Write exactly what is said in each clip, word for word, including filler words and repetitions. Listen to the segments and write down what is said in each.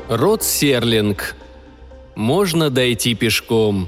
Род Серлинг. Можно дойти пешком.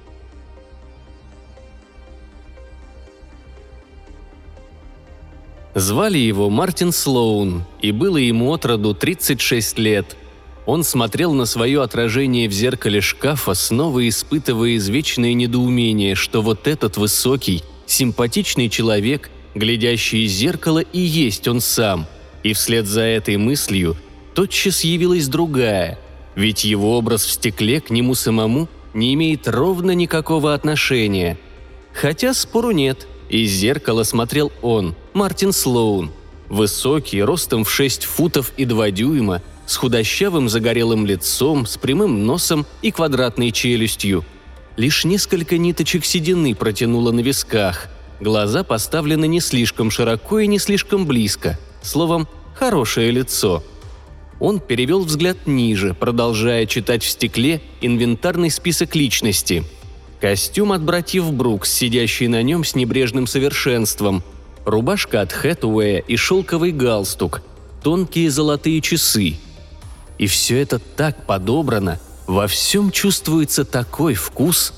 Звали его Мартин Слоун, и было ему от роду тридцать шесть лет. Он смотрел на свое отражение в зеркале шкафа, снова испытывая извечное недоумение, что вот этот высокий, симпатичный человек, глядящий из зеркала, и есть он сам. И вслед за этой мыслью тотчас явилась другая, ведь его образ в стекле к нему самому не имеет ровно никакого отношения. Хотя спору нет, из зеркала смотрел он, Мартин Слоун, высокий, ростом в шесть футов и два дюйма, с худощавым загорелым лицом, с прямым носом и квадратной челюстью. Лишь несколько ниточек седины протянуло на висках, глаза поставлены не слишком широко и не слишком близко, словом, хорошее лицо. Он перевел взгляд ниже, продолжая читать в стекле инвентарный список личности. Костюм от братьев Брукс, сидящий на нем с небрежным совершенством, рубашка от Хэтуэя и шелковый галстук, тонкие золотые часы. И все это так подобрано, во всем чувствуется такой вкус.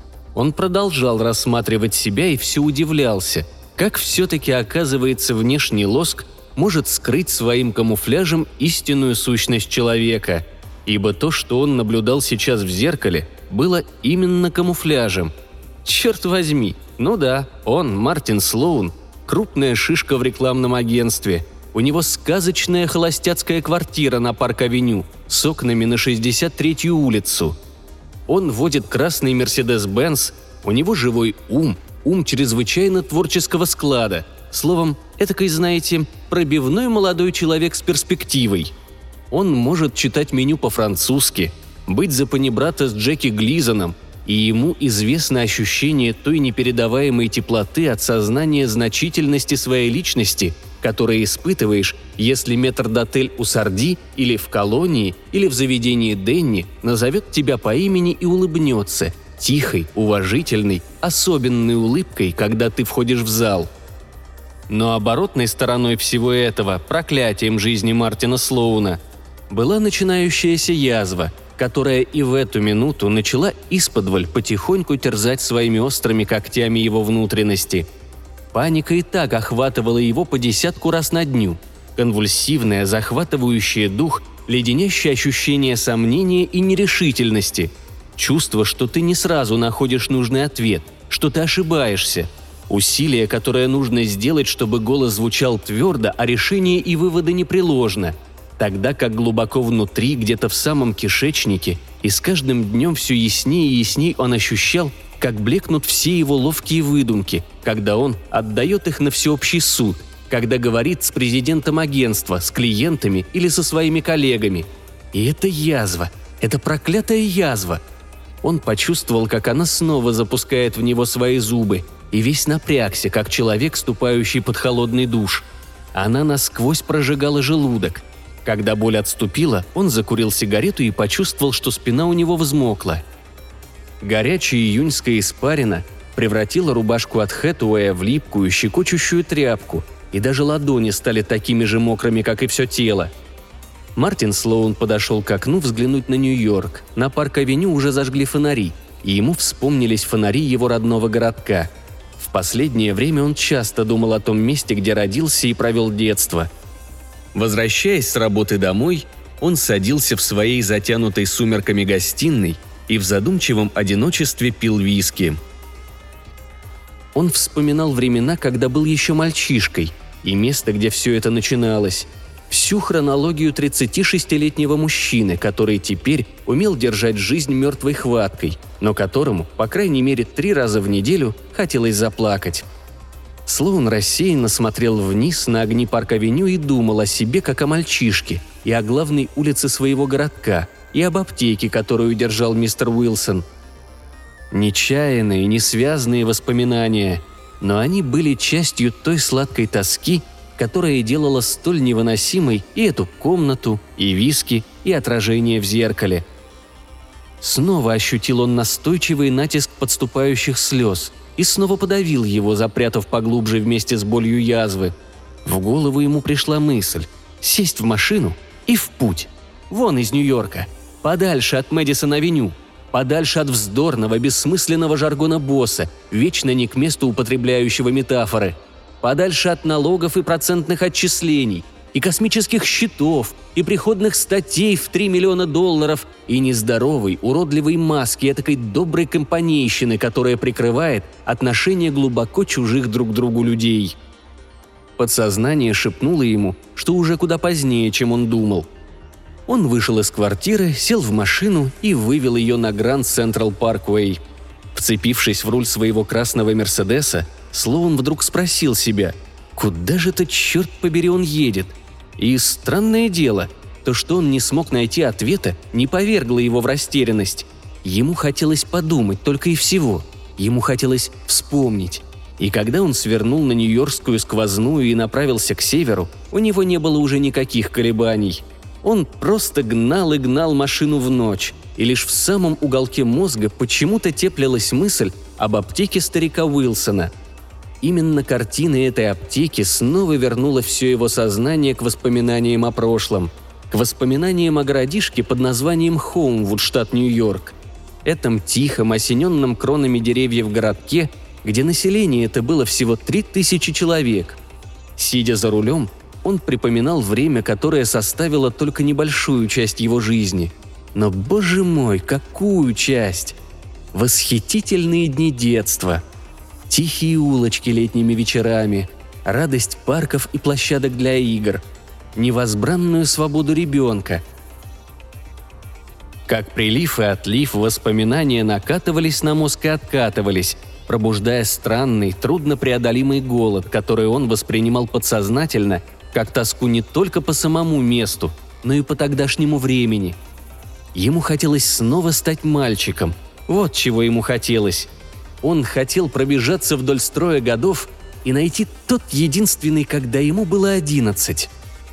Он продолжал рассматривать себя и все удивлялся, как все-таки, оказывается, внешний лоск может скрыть своим камуфляжем истинную сущность человека, ибо то, что он наблюдал сейчас в зеркале, было именно камуфляжем. Черт возьми, ну да, он, Мартин Слоун, крупная шишка в рекламном агентстве. У него сказочная холостяцкая квартира на Парк-авеню с окнами на шестьдесят третью улицу. Он водит красный Мерседес-Бенц, у него живой ум, ум чрезвычайно творческого склада. Словом, этакой, знаете, пробивной молодой человек с перспективой. Он может читать меню по-французски, быть за панибрата с Джеки Глизоном, и ему известно ощущение той непередаваемой теплоты от сознания значительности своей личности, которое испытываешь, если метрдотель у Сарди или в колонии, или в заведении Денни назовет тебя по имени и улыбнется, тихой, уважительной, особенной улыбкой, когда ты входишь в зал. Но оборотной стороной всего этого, проклятием жизни Мартина Слоуна, была начинающаяся язва, которая и в эту минуту начала исподволь потихоньку терзать своими острыми когтями его внутренности. Паника и так охватывала его по десятку раз на дню. Конвульсивное, захватывающее дух, леденящее ощущение сомнения и нерешительности. Чувство, что ты не сразу находишь нужный ответ, что ты ошибаешься. Усилие, которое нужно сделать, чтобы голос звучал твердо, а решение и выводы непреложно. Тогда как глубоко внутри, где-то в самом кишечнике, и с каждым днем все яснее и яснее он ощущал, как блекнут все его ловкие выдумки, когда он отдает их на всеобщий суд, когда говорит с президентом агентства, с клиентами или со своими коллегами. И это язва, это проклятая язва. Он почувствовал, как она снова запускает в него свои зубы, и весь напрягся, как человек, ступающий под холодный душ. Она насквозь прожигала желудок. Когда боль отступила, он закурил сигарету и почувствовал, что спина у него взмокла. Горячая июньская испарина превратила рубашку от Хэтуэя в липкую, щекочущую тряпку, и даже ладони стали такими же мокрыми, как и все тело. Мартин Слоун подошел к окну взглянуть на Нью-Йорк. На Парк-авеню уже зажгли фонари, и ему вспомнились фонари его родного городка. В последнее время он часто думал о том месте, где родился и провел детство. Возвращаясь с работы домой, он садился в своей затянутой сумерками гостиной и в задумчивом одиночестве пил виски. Он вспоминал времена, когда был еще мальчишкой, и место, где все это начиналось. Всю хронологию тридцатишестилетнего мужчины, который теперь умел держать жизнь мертвой хваткой, но которому, по крайней мере, три раза в неделю хотелось заплакать. Слоун рассеянно смотрел вниз на огни Парк-авеню и думал о себе как о мальчишке, и о главной улице своего городка, и об аптеке, которую держал мистер Уилсон. Нечаянные, несвязные воспоминания, но они были частью той сладкой тоски, которая делала столь невыносимой и эту комнату, и виски, и отражение в зеркале. Снова ощутил он настойчивый натиск подступающих слез и снова подавил его, запрятав поглубже вместе с болью язвы. В голову ему пришла мысль – сесть в машину и в путь. Вон из Нью-Йорка. Подальше от Мэдисон-авеню. Подальше от вздорного, бессмысленного жаргона босса, вечно не к месту употребляющего метафоры. Подальше от налогов и процентных отчислений, и космических счетов, и приходных статей в три миллиона долларов, и нездоровой, уродливой маски этакой доброй компанейщины, которая прикрывает отношения глубоко чужих друг к другу людей. Подсознание шепнуло ему, что уже куда позднее, чем он думал. Он вышел из квартиры, сел в машину и вывел ее на Гранд Централ Парквей. Вцепившись в руль своего красного Мерседеса, Слоун вдруг спросил себя, куда же это, черт побери, он едет? И странное дело, то, что он не смог найти ответа, не повергло его в растерянность. Ему хотелось подумать только и всего. Ему хотелось вспомнить. И когда он свернул на Нью-Йоркскую сквозную и направился к северу, у него не было уже никаких колебаний. Он просто гнал и гнал машину в ночь, и лишь в самом уголке мозга почему-то теплилась мысль об аптеке старика Уилсона. Именно картина этой аптеки снова вернула все его сознание к воспоминаниям о прошлом, к воспоминаниям о городишке под названием Хоумвуд, штат Нью-Йорк. Этом тихом, осененном кронами деревьев городке, где население это было всего три тысячи человек. Сидя за рулем, он припоминал время, которое составило только небольшую часть его жизни. Но, боже мой, какую часть! Восхитительные дни детства! Тихие улочки летними вечерами, радость парков и площадок для игр, невозбранную свободу ребенка. Как прилив и отлив воспоминания накатывались на мозг и откатывались, пробуждая странный, труднопреодолимый голод, который он воспринимал подсознательно как тоску не только по самому месту, но и по тогдашнему времени. Ему хотелось снова стать мальчиком. Вот чего ему хотелось. Он хотел пробежаться вдоль строя годов и найти тот единственный, когда ему было одиннадцать.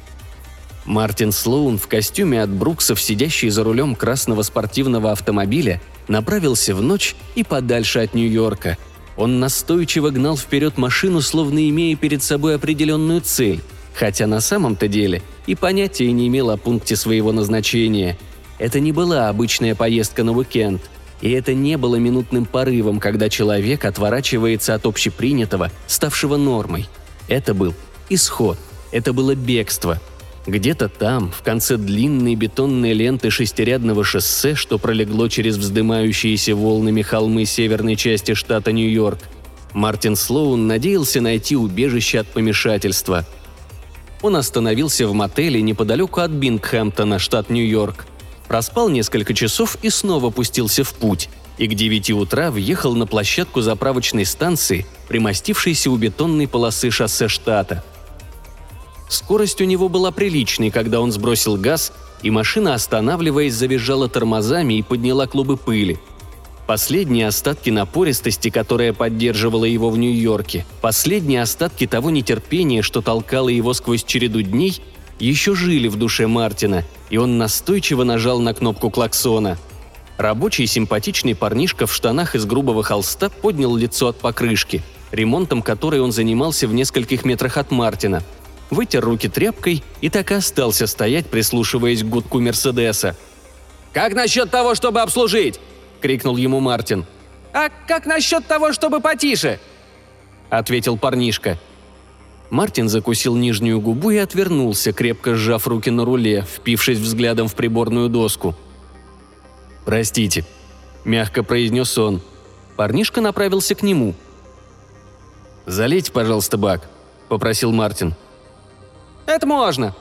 Мартин Слоун в костюме от Бруксов, сидящий за рулем красного спортивного автомобиля, направился в ночь и подальше от Нью-Йорка. Он настойчиво гнал вперед машину, словно имея перед собой определенную цель, хотя на самом-то деле и понятия не имел о пункте своего назначения. Это не была обычная поездка на уикенд, и это не было минутным порывом, когда человек отворачивается от общепринятого, ставшего нормой. Это был исход, это было бегство. Где-то там, в конце длинной бетонной ленты шестирядного шоссе, что пролегло через вздымающиеся волнами холмы северной части штата Нью-Йорк, Мартин Слоун надеялся найти убежище от помешательства. Он остановился в мотеле неподалеку от Бингхэмптона, штат Нью-Йорк. Проспал несколько часов и снова пустился в путь, и к девяти утра въехал на площадку заправочной станции, примостившейся у бетонной полосы шоссе штата. Скорость у него была приличной, когда он сбросил газ, и машина, останавливаясь, завизжала тормозами и подняла клубы пыли. Последние остатки напористости, которая поддерживала его в Нью-Йорке, последние остатки того нетерпения, что толкало его сквозь череду дней, еще жили в душе Мартина, и он настойчиво нажал на кнопку клаксона. Рабочий симпатичный парнишка в штанах из грубого холста поднял лицо от покрышки, ремонтом которой он занимался в нескольких метрах от Мартина. Вытер руки тряпкой и так и остался стоять, прислушиваясь к гудку Мерседеса. «Как насчет того, чтобы обслужить?» – крикнул ему Мартин. «А как насчет того, чтобы потише?» – ответил парнишка. Мартин закусил нижнюю губу и отвернулся, крепко сжав руки на руле, впившись взглядом в приборную доску. «Простите», – мягко произнес он. Парнишка направился к нему. «Залейте, пожалуйста, бак», – попросил Мартин. «Это можно».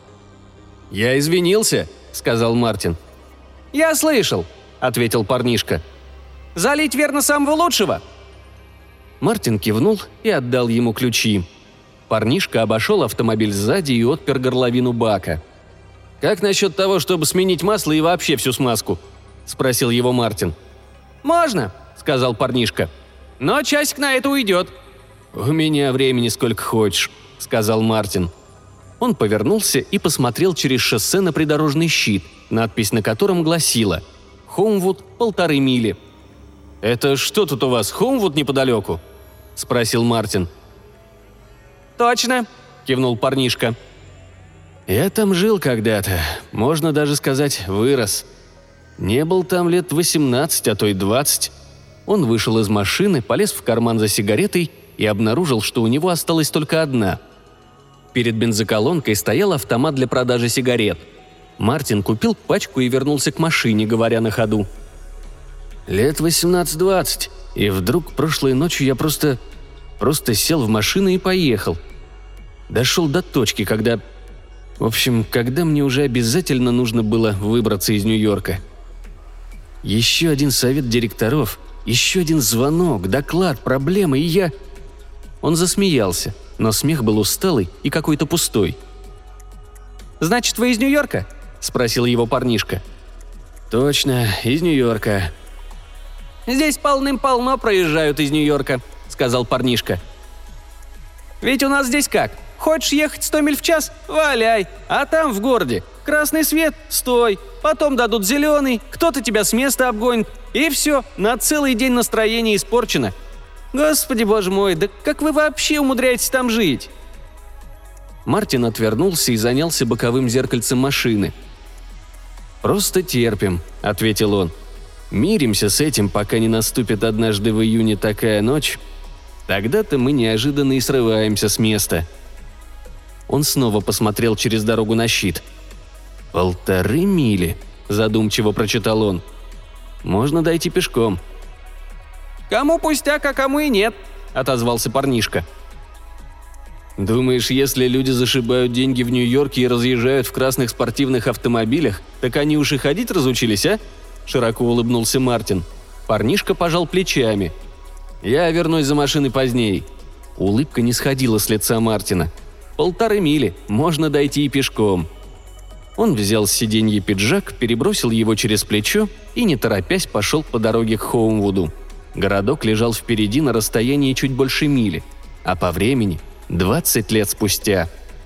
«Я извинился», – сказал Мартин. «Я слышал», – ответил парнишка. «Залить верно самого лучшего?» Мартин кивнул и отдал ему ключи. Парнишка обошел автомобиль сзади и отпер горловину бака. «Как насчет того, чтобы сменить масло и вообще всю смазку?» – спросил его Мартин. «Можно», – сказал парнишка. «Но часик на это уйдет». «У меня времени сколько хочешь», – сказал Мартин. Он повернулся и посмотрел через шоссе на придорожный щит, надпись на котором гласила «Хоумвуд полторы мили». «Это что тут у вас, Хоумвуд неподалеку?» – спросил Мартин. «Точно», – кивнул парнишка. Я там жил когда-то, можно даже сказать, вырос. Не был там лет восемнадцать, а то и двадцать. Он вышел из машины, полез в карман за сигаретой и обнаружил, что у него осталась только одна. Перед бензоколонкой стоял автомат для продажи сигарет. Мартин купил пачку и вернулся к машине, говоря на ходу. Лет восемнадцать-двадцать, и вдруг прошлой ночью я просто... просто сел в машину и поехал. Дошел до точки, когда... В общем, когда мне уже обязательно нужно было выбраться из Нью-Йорка. Еще один совет директоров, еще один звонок, доклад, проблемы, и я... Он засмеялся, но смех был усталый и какой-то пустой. «Значит, вы из Нью-Йорка?» – спросил его парнишка. «Точно, из Нью-Йорка». «Здесь полным-полно проезжают из Нью-Йорка», – сказал парнишка. «Ведь у нас здесь как? Хочешь ехать сто миль в час – валяй, а там в городе красный свет – стой, потом дадут зеленый, кто-то тебя с места обгонит, и все, на целый день настроение испорчено. Господи боже мой, да как вы вообще умудряетесь там жить?» Мартин отвернулся и занялся боковым зеркальцем машины. «Просто терпим», – ответил он. «Миримся с этим, пока не наступит однажды в июне такая ночь. Тогда-то мы неожиданно и срываемся с места». Он снова посмотрел через дорогу на щит. «Полторы мили», – задумчиво прочитал он. «Можно дойти пешком». «Кому пустяк, а кому и нет», – отозвался парнишка. «Думаешь, если люди зашибают деньги в Нью-Йорке и разъезжают в красных спортивных автомобилях, так они уж и ходить разучились, а?» – широко улыбнулся Мартин. Парнишка пожал плечами. «Я вернусь за машиной позднее». Улыбка не сходила с лица Мартина. «Полторы мили, можно дойти и пешком». Он взял с сиденья пиджак, перебросил его через плечо и, не торопясь, пошел по дороге к Хоумвуду. Городок лежал впереди на расстоянии чуть больше мили, а по времени – двадцать лет спустя.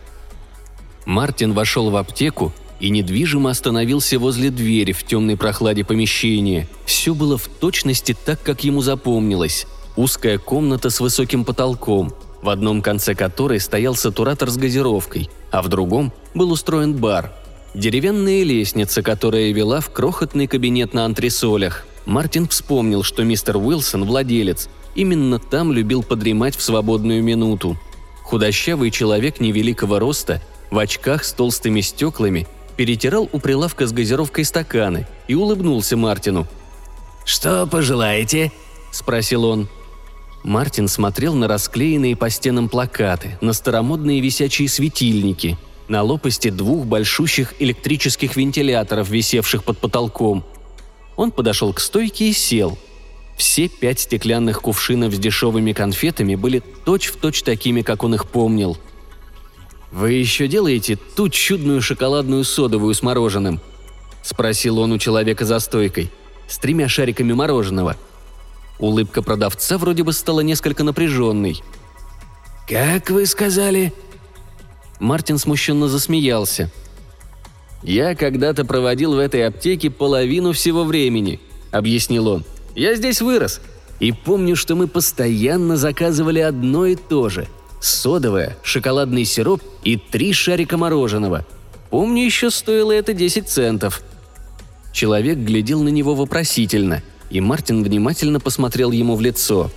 Мартин вошел в аптеку и недвижимо остановился возле двери в темной прохладе помещения. Все было в точности так, как ему запомнилось. Узкая комната с высоким потолком, в одном конце которой стоял сатуратор с газировкой, а в другом был устроен бар. Деревянная лестница, которая вела в крохотный кабинет на антресолях. Мартин вспомнил, что мистер Уилсон, владелец, именно там любил подремать в свободную минуту. Худощавый человек невеликого роста, в очках с толстыми стеклами, перетирал у прилавка с газировкой стаканы и улыбнулся Мартину. «Что пожелаете?» – спросил он. Мартин смотрел на расклеенные по стенам плакаты, на старомодные висячие светильники, на лопасти двух большущих электрических вентиляторов, висевших под потолком. Он подошел к стойке и сел. Все пять стеклянных кувшинов с дешевыми конфетами были точь-в-точь такими, как он их помнил. «Вы еще делаете ту чудную шоколадную содовую с мороженым?» – спросил он у человека за стойкой. «С тремя шариками мороженого». Улыбка продавца вроде бы стала несколько напряженной. «Как вы сказали?» Мартин смущенно засмеялся. «Я когда-то проводил в этой аптеке половину всего времени», – объяснил он. «Я здесь вырос. И помню, что мы постоянно заказывали одно и то же – содовое, шоколадный сироп и три шарика мороженого. Помню, еще стоило это десять центов». Человек глядел на него вопросительно, и Мартин внимательно посмотрел ему в лицо.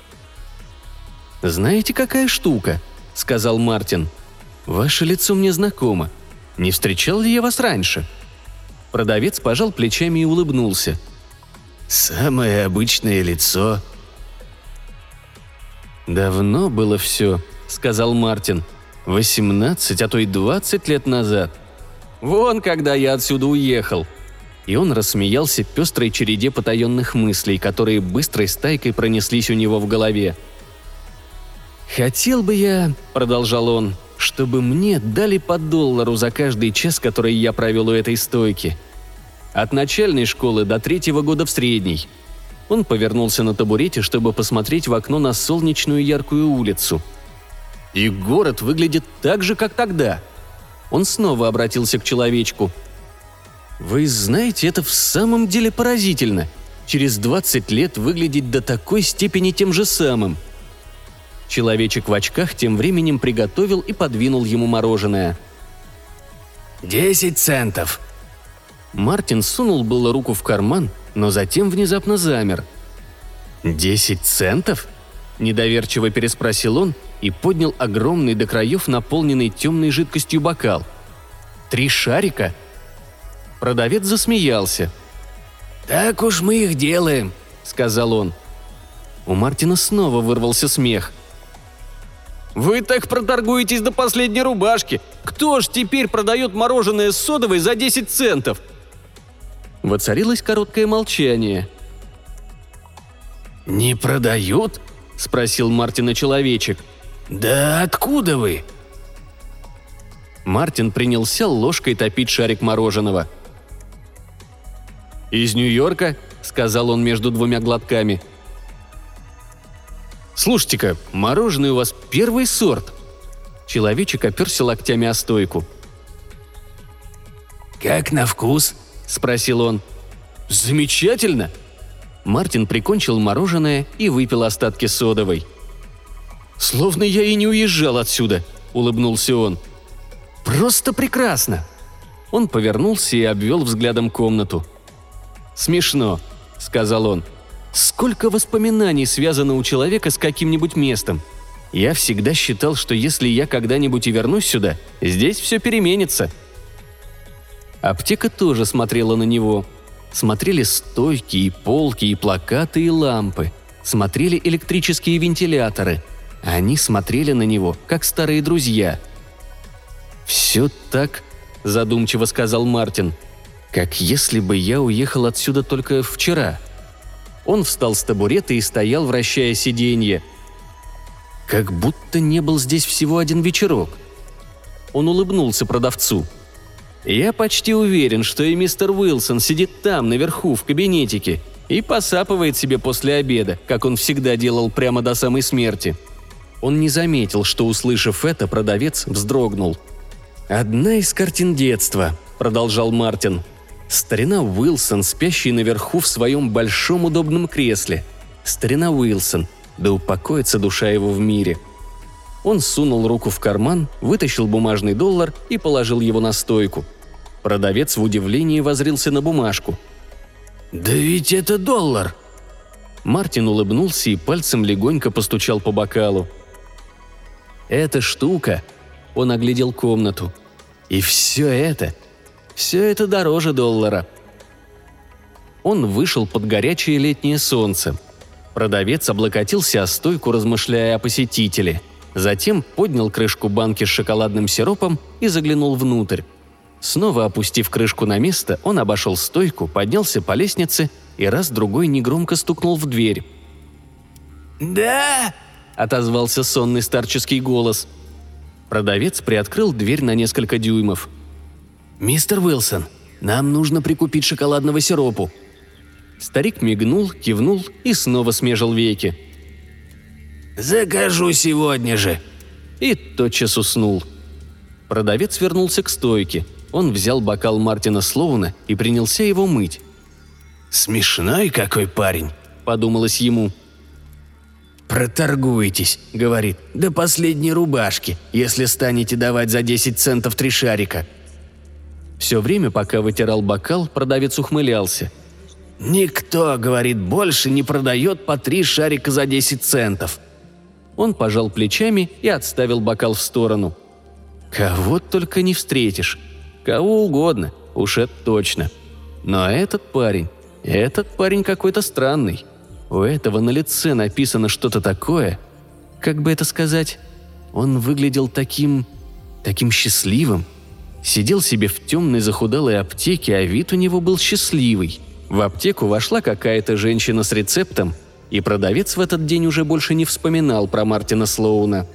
«Знаете, какая штука?» – сказал Мартин. «Ваше лицо мне знакомо. Не встречал ли я вас раньше?» Продавец пожал плечами и улыбнулся. «Самое обычное лицо». «Давно было все», — сказал Мартин. «Восемнадцать, а то и двадцать лет назад. Вон, когда я отсюда уехал». И он рассмеялся пестрой череде потаенных мыслей, которые быстрой стайкой пронеслись у него в голове. «Хотел бы я», — продолжал он, — «чтобы мне дали по доллару за каждый час, который я провел у этой стойки. От начальной школы до третьего года в средней». Он повернулся на табурете, чтобы посмотреть в окно на солнечную яркую улицу. «И город выглядит так же, как тогда». Он снова обратился к человечку. «Вы знаете, это в самом деле поразительно. Через двадцать лет выглядеть до такой степени тем же самым». Человечек в очках тем временем приготовил и подвинул ему мороженое. Десять центов». Мартин сунул было руку в карман, но затем внезапно замер. «Десять центов?» – недоверчиво переспросил он и поднял огромный до краев наполненный темной жидкостью бокал. «Три шарика?» Продавец засмеялся. «Так уж мы их делаем», – сказал он. У Мартина снова вырвался смех. «Вы так проторгуетесь до последней рубашки! Кто ж теперь продает мороженое с содовой за десять центов?» Воцарилось короткое молчание. «Не продают?» – спросил Мартина человечек. «Да откуда вы?» Мартин принялся ложкой топить шарик мороженого. «Из Нью-Йорка», – сказал он между двумя глотками. «Слушайте-ка, мороженое у вас первый сорт». Человечек оперся локтями о стойку. «Как на вкус?» – спросил он. «Замечательно!» Мартин прикончил мороженое и выпил остатки содовой. «Словно я и не уезжал отсюда», – улыбнулся он. «Просто прекрасно!» Он повернулся и обвел взглядом комнату. «Смешно», – сказал он. «Сколько воспоминаний связано у человека с каким-нибудь местом. Я всегда считал, что если я когда-нибудь и вернусь сюда, здесь все переменится». Аптека тоже смотрела на него. Смотрели стойки и полки, и плакаты, и лампы. Смотрели электрические вентиляторы. Они смотрели на него, как старые друзья. «Все так», – задумчиво сказал Мартин, – «как если бы я уехал отсюда только вчера». Он встал с табурета и стоял, вращая сиденье. «Как будто не был здесь всего один вечерок». Он улыбнулся продавцу. «Я почти уверен, что и мистер Уилсон сидит там, наверху, в кабинетике, и посапывает себе после обеда, как он всегда делал прямо до самой смерти». Он не заметил, что, услышав это, продавец вздрогнул. «Одна из картин детства», – продолжал Мартин. «Старина Уилсон, спящий наверху в своем большом удобном кресле. Старина Уилсон, да упокоится душа его в мире». Он сунул руку в карман, вытащил бумажный доллар и положил его на стойку. Продавец в удивлении воззрился на бумажку. «Да ведь это доллар!» Мартин улыбнулся и пальцем легонько постучал по бокалу. «Эта штука...» – он оглядел комнату. «И все это... все это дороже доллара». Он вышел под горячее летнее солнце. Продавец облокотился о стойку, размышляя о посетителе. Затем поднял крышку банки с шоколадным сиропом и заглянул внутрь. Снова опустив крышку на место, он обошел стойку, поднялся по лестнице и раз-другой негромко стукнул в дверь. «Да!» – отозвался сонный старческий голос. Продавец приоткрыл дверь на несколько дюймов. «Мистер Уилсон, нам нужно прикупить шоколадного сиропу». Старик мигнул, кивнул и снова смежил веки. «Закажу сегодня же!» И тотчас уснул. Продавец вернулся к стойке. Он взял бокал Мартина Слоуна и принялся его мыть. «Смешной какой парень!» – подумалось ему. «Проторгуетесь», – говорит, – «до последней рубашки, если станете давать за десять центов три шарика». Все время, пока вытирал бокал, продавец ухмылялся. «Никто, – говорит, – больше не продает по три шарика за десять центов». Он пожал плечами и отставил бокал в сторону. «Кого только не встретишь. Кого угодно, уж это точно. Но этот парень, этот парень какой-то странный. У этого на лице написано что-то такое. Как бы это сказать? Он выглядел таким... таким счастливым. Сидел себе в темной захудалой аптеке, а вид у него был счастливый. В аптеку вошла какая-то женщина с рецептом, и продавец в этот день уже больше не вспоминал про Мартина Слоуна.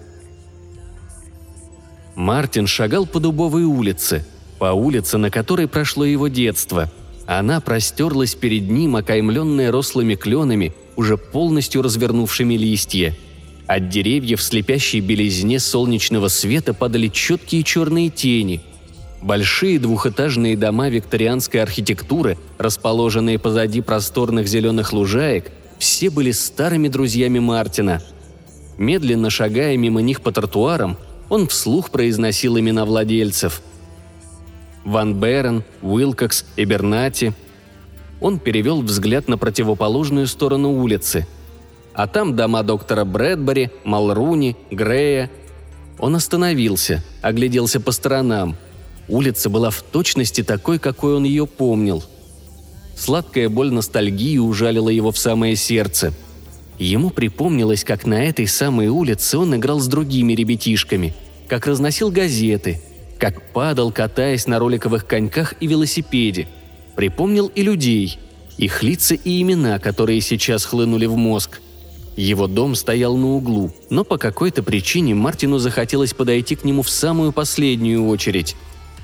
Мартин шагал по Дубовой улице, по улице, на которой прошло его детство. Она простерлась перед ним, окаймленная рослыми кленами, уже полностью развернувшими листья. От деревьев в слепящей белизне солнечного света падали четкие черные тени. Большие двухэтажные дома викторианской архитектуры, расположенные позади просторных зеленых лужаек, все были старыми друзьями Мартина. Медленно шагая мимо них по тротуарам, он вслух произносил имена владельцев. Ван Берен, Уилкокс, Эбернати. Он перевел взгляд на противоположную сторону улицы. А там дома доктора Брэдбери, Малруни, Грея. Он остановился, огляделся по сторонам. Улица была в точности такой, какой он ее помнил. Сладкая боль ностальгии ужалила его в самое сердце. Ему припомнилось, как на этой самой улице он играл с другими ребятишками, как разносил газеты, как падал, катаясь на роликовых коньках и велосипеде. Припомнил и людей, их лица и имена, которые сейчас хлынули в мозг. Его дом стоял на углу, но по какой-то причине Мартину захотелось подойти к нему в самую последнюю очередь.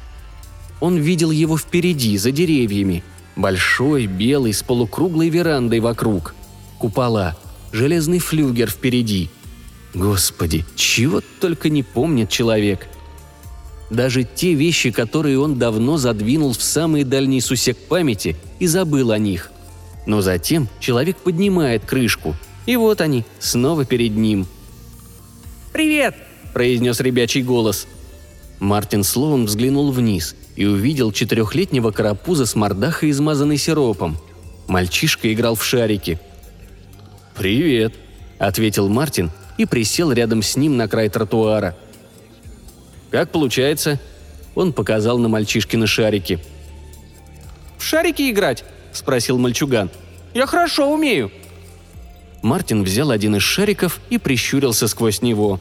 Он видел его впереди, за деревьями. Большой, белый, с полукруглой верандой вокруг. Купола, железный флюгер впереди. Господи, чего только не помнит человек. Даже те вещи, которые он давно задвинул в самый дальний сусек памяти и забыл о них. Но затем человек поднимает крышку, и вот они, снова перед ним. «Привет!» – произнес ребячий голос. Мартин Слоун взглянул вниз и увидел четырехлетнего карапуза с мордахой, измазанной сиропом. Мальчишка играл в шарики. «Привет!» – ответил Мартин и присел рядом с ним на край тротуара. «Как получается?» – он показал на мальчишкины шарики. «В шарики играть?» – спросил мальчуган. «Я хорошо умею». Мартин взял один из шариков и прищурился сквозь него.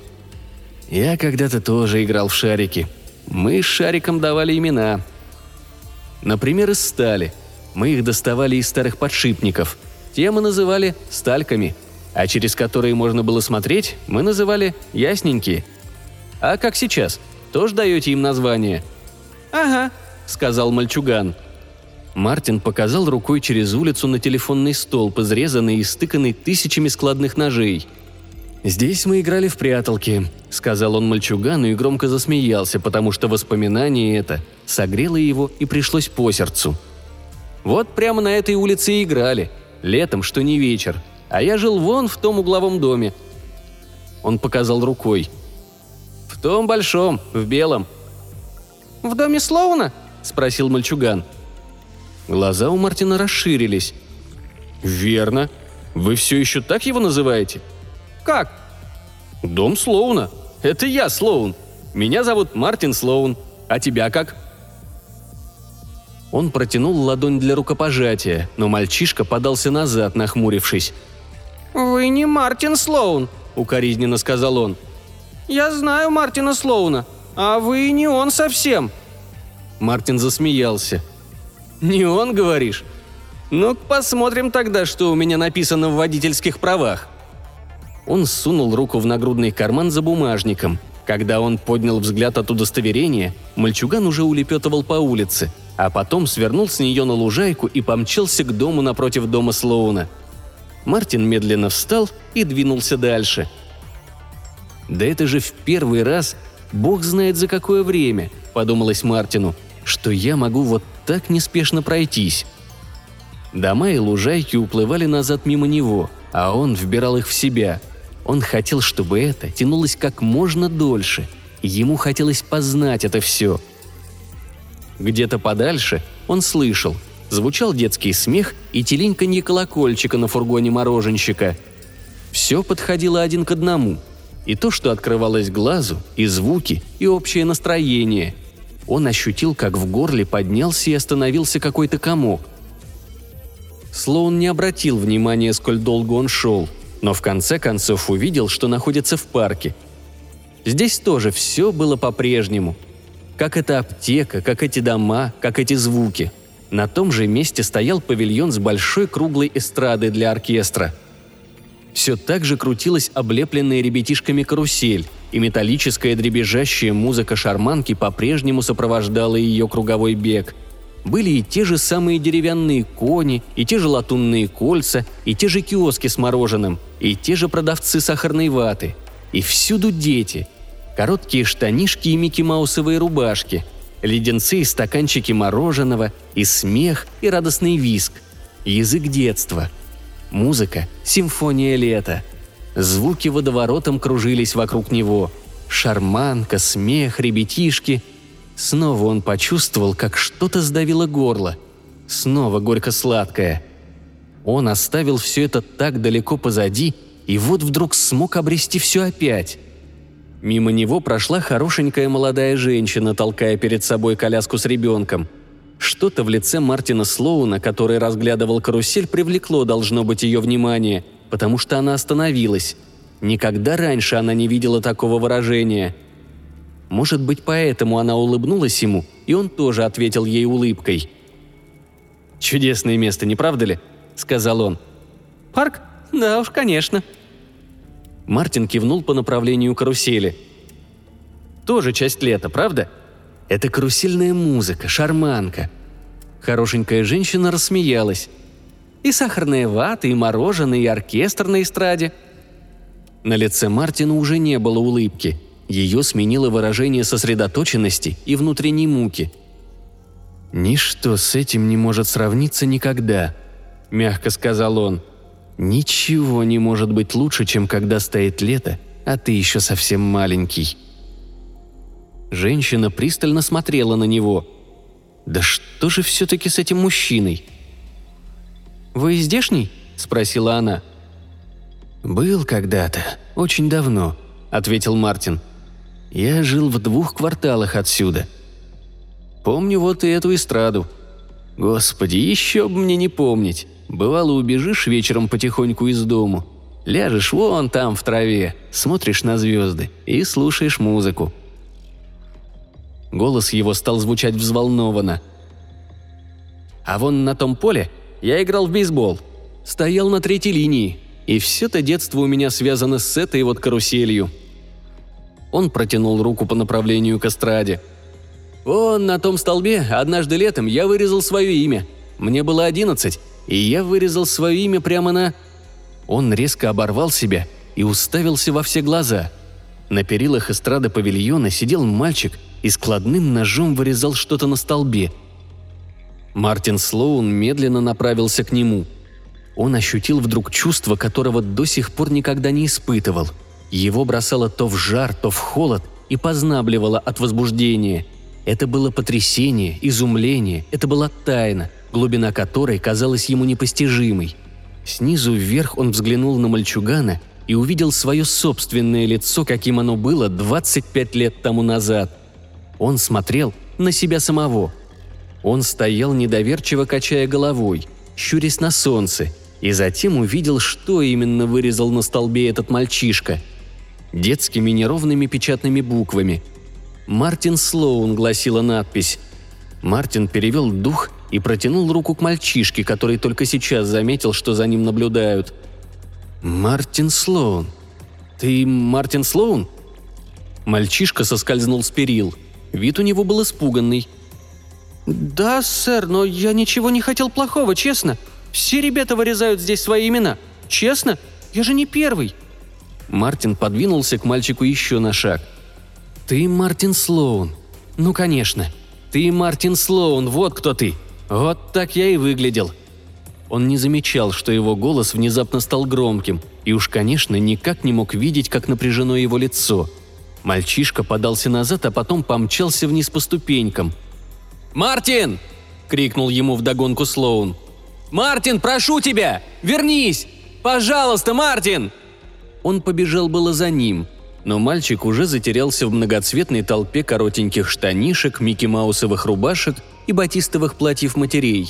«Я когда-то тоже играл в шарики. Мы с шариком давали имена. Например, из стали. Мы их доставали из старых подшипников. Те мы называли стальками, а через которые можно было смотреть, мы называли ясненькие. А как сейчас? Тоже даете им название?» «Ага», — сказал мальчуган. Мартин показал рукой через улицу на телефонный столб, изрезанный и стыканный тысячами складных ножей. «Здесь мы играли в пряталки», — сказал он мальчугану и громко засмеялся, потому что воспоминание это согрело его и пришлось по сердцу. «Вот прямо на этой улице и играли. Летом, что не вечер. А я жил вон в том угловом доме». Он показал рукой. «В том большом, в белом». «В доме Слоуна?» – спросил мальчуган. Глаза у Мартина расширились. «Верно. Вы все еще так его называете?» «Как?» «Дом Слоуна. Это я, Слоун. Меня зовут Мартин Слоун. А тебя как?» Он протянул ладонь для рукопожатия, но мальчишка подался назад, нахмурившись. «Вы не Мартин Слоун», — укоризненно сказал он. «Я знаю Мартина Слоуна, а вы не он совсем». Мартин засмеялся. «Не он, говоришь? Ну, посмотрим тогда, что у меня написано в водительских правах». Он сунул руку в нагрудный карман за бумажником. Когда он поднял взгляд от удостоверения, мальчуган уже улепетывал по улице, а потом свернул с нее на лужайку и помчался к дому напротив дома Слоуна. Мартин медленно встал и двинулся дальше. «Да это же в первый раз, бог знает за какое время», — подумалось Мартину, «что я могу вот так неспешно пройтись». Дома и лужайки уплывали назад мимо него, а он вбирал их в себя. Он хотел, чтобы это тянулось как можно дольше, и ему хотелось познать это все. Где-то подальше он слышал, звучал детский смех и теленьканье колокольчика на фургоне мороженщика. Все подходило один к одному. И то, что открывалось глазу, и звуки, и общее настроение. Он ощутил, как в горле поднялся и остановился какой-то комок. Слоун не обратил внимания, сколь долго он шел, но в конце концов увидел, что находится в парке. Здесь тоже все было по-прежнему. Как эта аптека, как эти дома, как эти звуки. На том же месте стоял павильон с большой круглой эстрадой для оркестра. Все так же крутилась облепленная ребятишками карусель, и металлическая дребезжащая музыка шарманки по-прежнему сопровождала ее круговой бег. Были и те же самые деревянные кони, и те же латунные кольца, и те же киоски с мороженым, и те же продавцы сахарной ваты. И всюду дети. Короткие штанишки и микки-маусовые рубашки, леденцы и стаканчики мороженого, и смех, и радостный визг. Язык детства. Музыка – симфония лета. Звуки водоворотом кружились вокруг него. Шарманка, смех, ребятишки. Снова он почувствовал, как что-то сдавило горло. Снова горько-сладкое. Он оставил все это так далеко позади, и вот вдруг смог обрести все опять. Мимо него прошла хорошенькая молодая женщина, толкая перед собой коляску с ребенком. Что-то в лице Мартина Слоуна, который разглядывал карусель, привлекло, должно быть, ее внимание, потому что она остановилась. Никогда раньше она не видела такого выражения. Может быть, поэтому она улыбнулась ему, и он тоже ответил ей улыбкой. «Чудесное место, не правда ли?» – сказал он. «Парк? Да уж, конечно». Мартин кивнул по направлению карусели. «Тоже часть лета, правда? Это карусельная музыка, шарманка». Хорошенькая женщина рассмеялась. «И сахарная вата, и мороженое, и оркестр на эстраде». На лице Мартина уже не было улыбки. Ее сменило выражение сосредоточенности и внутренней муки. «Ничто с этим не может сравниться никогда», – мягко сказал он. «Ничего не может быть лучше, чем когда стоит лето, а ты еще совсем маленький». Женщина пристально смотрела на него. «Да что же все-таки с этим мужчиной?» «Вы здешний?» – спросила она. «Был когда-то, очень давно», – ответил Мартин. «Я жил в двух кварталах отсюда. Помню вот и эту эстраду. Господи, еще бы мне не помнить. Бывало, убежишь вечером потихоньку из дому, ляжешь вон там в траве, смотришь на звезды и слушаешь музыку». Голос его стал звучать взволнованно. «А вон на том поле я играл в бейсбол. Стоял на третьей линии, и все-то детство у меня связано с этой вот каруселью». Он протянул руку по направлению к эстраде. «Вон на том столбе однажды летом я вырезал свое имя. Мне было одиннадцать, и я вырезал свое имя прямо на...» Он резко оборвал себя и уставился во все глаза. На перилах эстрады павильона сидел мальчик и складным ножом вырезал что-то на столбе. Мартин Слоун медленно направился к нему. Он ощутил вдруг чувство, которого до сих пор никогда не испытывал. Его бросало то в жар, то в холод и познабливало от возбуждения. Это было потрясение, изумление, это была тайна, глубина которой казалась ему непостижимой. Снизу вверх он взглянул на мальчугана и увидел свое собственное лицо, каким оно было двадцать пять лет тому назад. Он смотрел на себя самого. Он стоял недоверчиво, качая головой, щурясь на солнце, и затем увидел, что именно вырезал на столбе этот мальчишка. Детскими неровными печатными буквами. «Мартин Слоун» гласила надпись. Мартин перевел дух и протянул руку к мальчишке, который только сейчас заметил, что за ним наблюдают. «Мартин Слоун. Ты Мартин Слоун?» Мальчишка соскользнул с перил. Вид у него был испуганный. «Да, сэр, но я ничего не хотел плохого, честно. Все ребята вырезают здесь свои имена. Честно? Я же не первый». Мартин подвинулся к мальчику еще на шаг. «Ты Мартин Слоун. Ну, конечно. Ты Мартин Слоун, вот кто ты. Вот так я и выглядел». Он не замечал, что его голос внезапно стал громким, и уж, конечно, никак не мог видеть, как напряжено его лицо. Мальчишка подался назад, а потом помчался вниз по ступенькам. «Мартин!» – крикнул ему вдогонку Слоун. «Мартин, прошу тебя! Вернись! Пожалуйста, Мартин!» Он побежал было за ним, но мальчик уже затерялся в многоцветной толпе коротеньких штанишек, микки-маусовых рубашек и батистовых платьев матерей.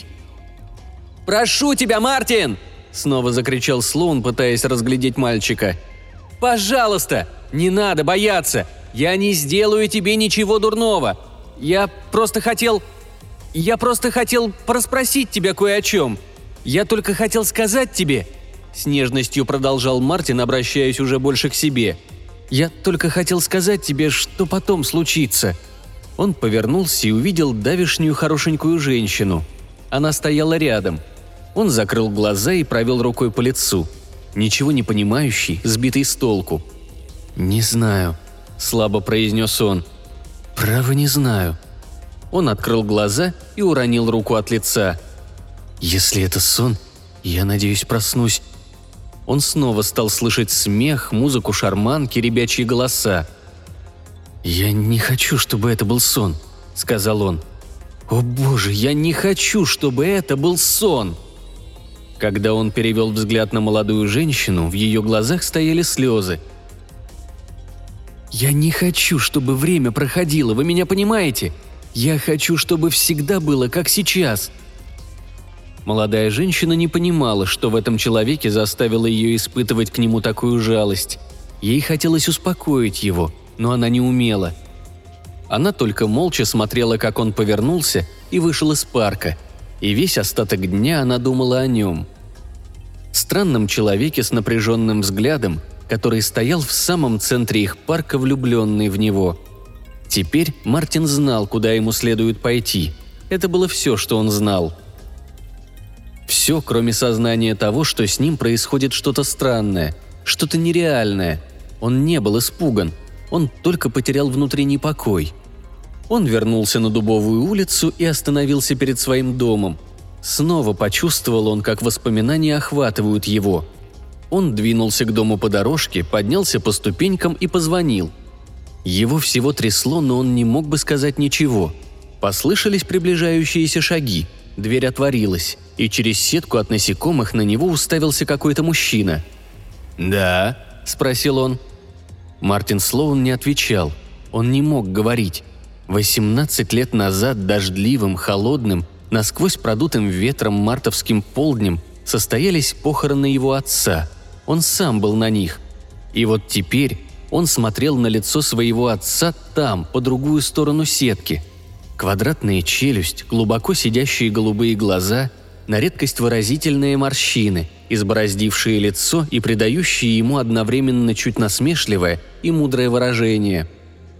«Прошу тебя, Мартин!» – снова закричал Слоун, пытаясь разглядеть мальчика. «Пожалуйста! Не надо бояться! Я не сделаю тебе ничего дурного! Я просто хотел... Я просто хотел порасспросить тебя кое о чем. Я только хотел сказать тебе...» С нежностью продолжал Мартин, обращаясь уже больше к себе. «Я только хотел сказать тебе, что потом случится». Он повернулся и увидел давешнюю хорошенькую женщину. Она стояла рядом. Он закрыл глаза и провел рукой по лицу. Ничего не понимающий, сбитый с толку. «Не знаю», – слабо произнес он. «Право не знаю». Он открыл глаза и уронил руку от лица. «Если это сон, я надеюсь, проснусь». Он снова стал слышать смех, музыку шарманки, ребячьи голоса. «Я не хочу, чтобы это был сон», – сказал он. «О боже, я не хочу, чтобы это был сон!» Когда он перевел взгляд на молодую женщину, в ее глазах стояли слезы. «Я не хочу, чтобы время проходило, вы меня понимаете? Я хочу, чтобы всегда было, как сейчас». Молодая женщина не понимала, что в этом человеке заставило ее испытывать к нему такую жалость. Ей хотелось успокоить его, но она не умела. Она только молча смотрела, как он повернулся и вышел из парка, и весь остаток дня она думала о нем. Странном человеке с напряженным взглядом, который стоял в самом центре их парка, влюбленный в него. Теперь Мартин знал, куда ему следует пойти. Это было все, что он знал. Все, кроме сознания того, что с ним происходит что-то странное, что-то нереальное. Он не был испуган, он только потерял внутренний покой. Он вернулся на Дубовую улицу и остановился перед своим домом. Снова почувствовал он, как воспоминания охватывают его. Он двинулся к дому по дорожке, поднялся по ступенькам и позвонил. Его всего трясло, но он не мог бы сказать ничего. Послышались приближающиеся шаги, дверь отворилась, и через сетку от насекомых на него уставился какой-то мужчина. «Да?» – спросил он. Мартин Слоун не отвечал. Он не мог говорить. Восемнадцать лет назад дождливым, холодным, насквозь продутым ветром мартовским полднем состоялись похороны его отца. Он сам был на них. И вот теперь он смотрел на лицо своего отца там, по другую сторону сетки. Квадратная челюсть, глубоко сидящие голубые глаза, на редкость выразительные морщины, избороздившие лицо и придающие ему одновременно чуть насмешливое и мудрое выражение.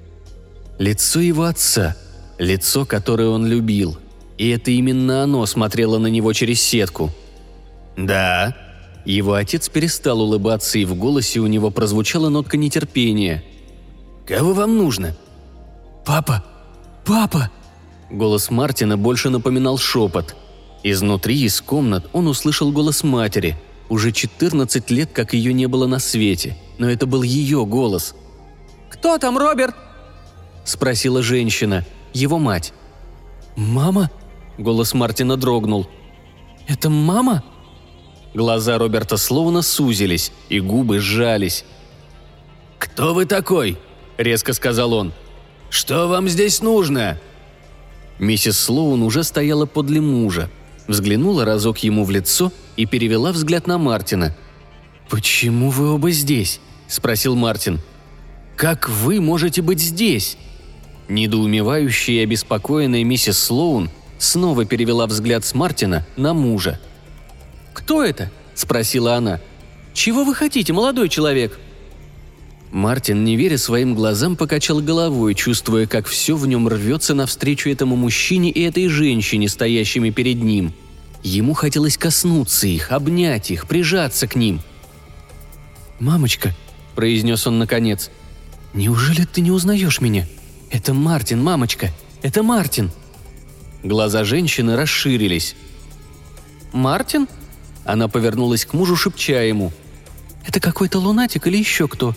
Лицо его отца, лицо, которое он любил, и это именно оно смотрело на него через сетку. «Да». Его отец перестал улыбаться, и в голосе у него прозвучала нотка нетерпения. «Кого вам нужно?» «Папа! Папа!» Голос Мартина больше напоминал шепот. Изнутри, из комнат, он услышал голос матери. Уже четырнадцать лет, как ее не было на свете, но это был ее голос. «Кто там, Роберт?» – спросила женщина, его мать. «Мама?» – голос Мартина дрогнул. «Это мама?» Глаза Роберта Слоуна сузились, и губы сжались. «Кто вы такой?» – резко сказал он. «Что вам здесь нужно?» Миссис Слоун уже стояла подле мужа, взглянула разок ему в лицо и перевела взгляд на Мартина. «Почему вы оба здесь?» – спросил Мартин. «Как вы можете быть здесь?» Недоумевающая и обеспокоенная миссис Слоун снова перевела взгляд с Мартина на мужа. «Кто это?» – спросила она. «Чего вы хотите, молодой человек?» Мартин, не веря своим глазам, покачал головой, чувствуя, как все в нем рвется навстречу этому мужчине и этой женщине, стоящими перед ним. Ему хотелось коснуться их, обнять их, прижаться к ним. «Мамочка», – произнес он наконец, – «неужели ты не узнаешь меня? Это Мартин, мамочка, это Мартин». Глаза женщины расширились. «Мартин?» Она повернулась к мужу, шепча ему. «Это какой-то лунатик или еще кто?»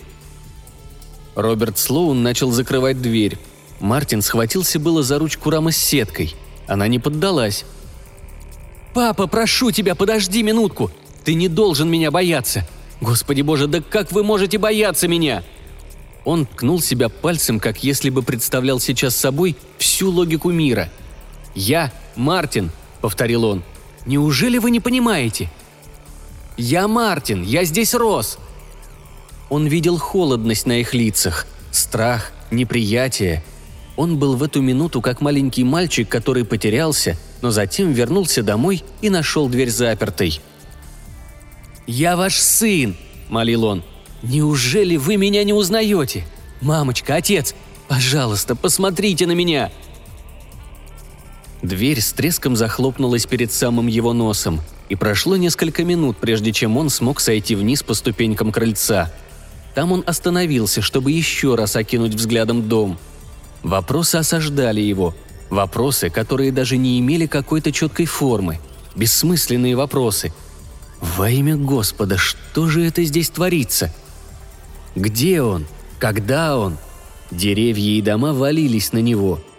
Роберт Слоун начал закрывать дверь. Мартин схватился было за ручку рамы с сеткой. Она не поддалась. «Папа, прошу тебя, подожди минутку! Ты не должен меня бояться! Господи боже, да как вы можете бояться меня?» Он ткнул себя пальцем, как если бы представлял сейчас собой всю логику мира. «Я Мартин», — повторил он. «Неужели вы не понимаете?» «Я Мартин, я здесь рос!» Он видел холодность на их лицах, страх, неприятие. Он был в эту минуту как маленький мальчик, который потерялся, но затем вернулся домой и нашел дверь запертой. «Я ваш сын!» – молил он. «Неужели вы меня не узнаете? Мамочка, отец, пожалуйста, посмотрите на меня!» Дверь с треском захлопнулась перед самым его носом, и прошло несколько минут, прежде чем он смог сойти вниз по ступенькам крыльца. Там он остановился, чтобы еще раз окинуть взглядом дом. Вопросы осаждали его. Вопросы, которые даже не имели какой-то четкой формы. Бессмысленные вопросы. Во имя Господа, что же это здесь творится? Где он? Когда он? Деревья и дома валились на него.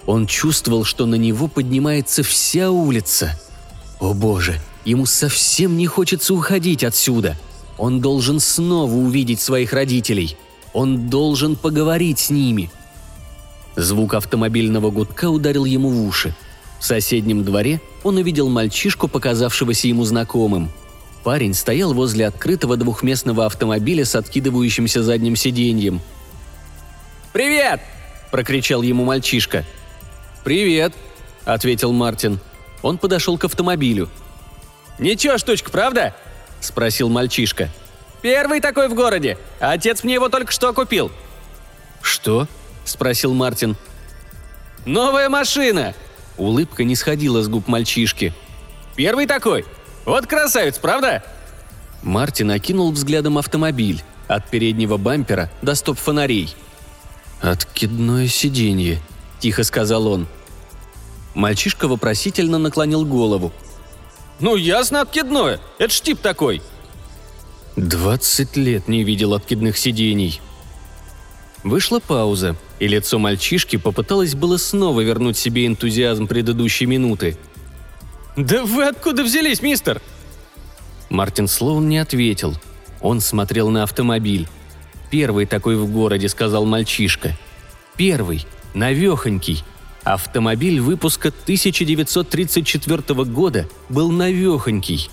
Он чувствовал, что на него поднимается вся улица. О боже, ему совсем не хочется уходить отсюда. Он должен снова увидеть своих родителей. Он должен поговорить с ними. Звук автомобильного гудка ударил ему в уши. В соседнем дворе он увидел мальчишку, показавшегося ему знакомым. Парень стоял возле открытого двухместного автомобиля с откидывающимся задним сиденьем. «Привет!» – прокричал ему мальчишка. «Привет!» – ответил Мартин. Он подошел к автомобилю. «Ничего, штучка, правда?» – спросил мальчишка. «Первый такой в городе. Отец мне его только что купил». «Что?» – спросил Мартин. «Новая машина!» Улыбка не сходила с губ мальчишки. «Первый такой! Вот красавец, правда?» Мартин окинул взглядом автомобиль, от переднего бампера до стоп-фонарей. «Откидное сиденье», – тихо сказал он. Мальчишка вопросительно наклонил голову. «Ну, ясно, откидное. Это ж тип такой». «Двадцать лет не видел откидных сидений». Вышла пауза, и лицо мальчишки попыталось было снова вернуть себе энтузиазм предыдущей минуты. «Да вы откуда взялись, мистер?» Мартин Слоун не ответил. Он смотрел на автомобиль. «Первый такой в городе», — сказал мальчишка. «Первый, навехонький. Автомобиль выпуска тысяча девятьсот тридцать четвёртого года был навехонький».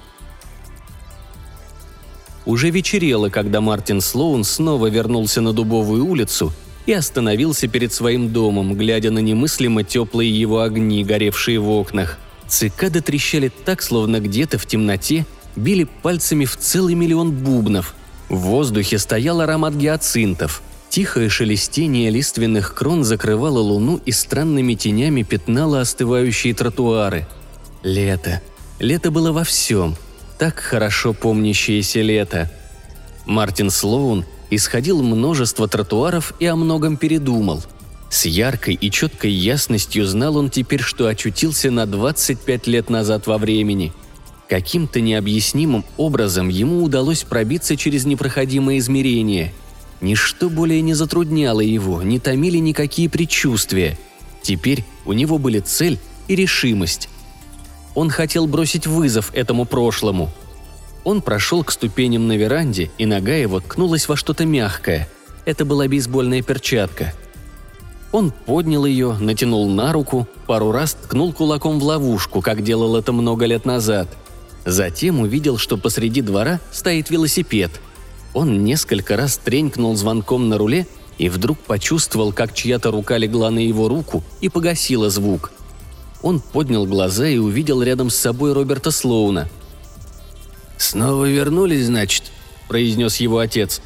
Уже вечерело, когда Мартин Слоун снова вернулся на Дубовую улицу и остановился перед своим домом, глядя на немыслимо теплые его огни, горевшие в окнах. Цикады трещали так, словно где-то в темноте били пальцами в целый миллион бубнов. В воздухе стоял аромат гиацинтов. Тихое шелестение лиственных крон закрывало луну и странными тенями пятнало остывающие тротуары. Лето. Лето было во всем. Так хорошо помнящееся лето. Мартин Слоун исходил множество тротуаров и о многом передумал. С яркой и четкой ясностью знал он теперь, что очутился на двадцать пять лет назад во времени. Каким-то необъяснимым образом ему удалось пробиться через непроходимое измерение. Ничто более не затрудняло его, не томили никакие предчувствия. Теперь у него были цель и решимость. Он хотел бросить вызов этому прошлому. Он прошел к ступеням на веранде, и нога его ткнулась во что-то мягкое. Это была бейсбольная перчатка. Он поднял ее, натянул на руку, пару раз ткнул кулаком в ловушку, как делал это много лет назад. Затем увидел, что посреди двора стоит велосипед. Он несколько раз тренькнул звонком на руле и вдруг почувствовал, как чья-то рука легла на его руку и погасила звук. Он поднял глаза и увидел рядом с собой Роберта Слоуна. «Снова вернулись, значит?» – произнес его отец.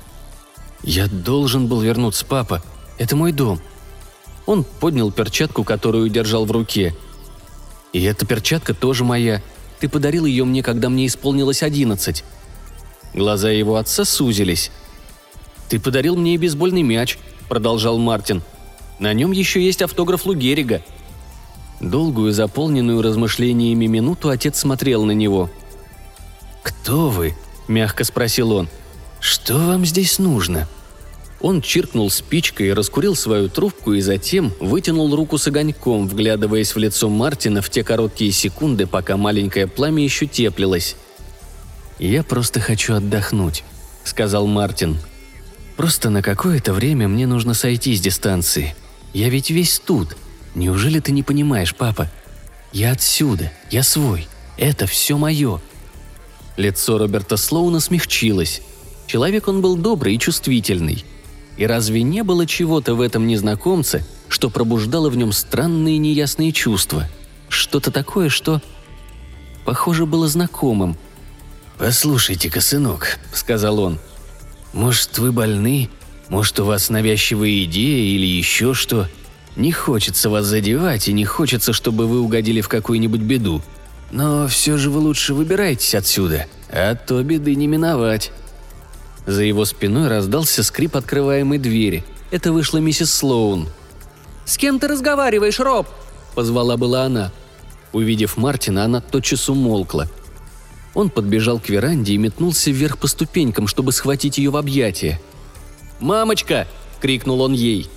«Я должен был вернуться, папа. Это мой дом». Он поднял перчатку, которую держал в руке. «И эта перчатка тоже моя. Ты подарил ее мне, когда мне исполнилось одиннадцать». Глаза его отца сузились. «Ты подарил мне и бейсбольный мяч», – продолжал Мартин. «На нем еще есть автограф Лу Гehriga». Долгую, заполненную размышлениями минуту отец смотрел на него. «Кто вы?» – мягко спросил он. «Что вам здесь нужно?» Он чиркнул спичкой, раскурил свою трубку и затем вытянул руку с огоньком, вглядываясь в лицо Мартина в те короткие секунды, пока маленькое пламя еще теплилось. «Я просто хочу отдохнуть», – сказал Мартин. «Просто на какое-то время мне нужно сойти с дистанции. Я ведь весь тут. Неужели ты не понимаешь, папа? Я отсюда, я свой. Это все мое». Лицо Роберта Слоуна смягчилось. Человек он был добрый и чувствительный. И разве не было чего-то в этом незнакомце, что пробуждало в нем странные неясные чувства? Что-то такое, что, похоже, было знакомым. «Послушайте-ка, сынок», — сказал он, — «может, вы больны? Может, у вас навязчивые идеи или еще что? Не хочется вас задевать и не хочется, чтобы вы угодили в какую-нибудь беду. Но все же вы лучше выбирайтесь отсюда, а то беды не миновать». За его спиной раздался скрип открываемой двери. Это вышла миссис Слоун. «С кем ты разговариваешь, Роб?» – позвала была она. Увидев Мартина, она тотчас умолкла. Он подбежал к веранде и метнулся вверх по ступенькам, чтобы схватить ее в объятия. «Мамочка!» – крикнул он ей.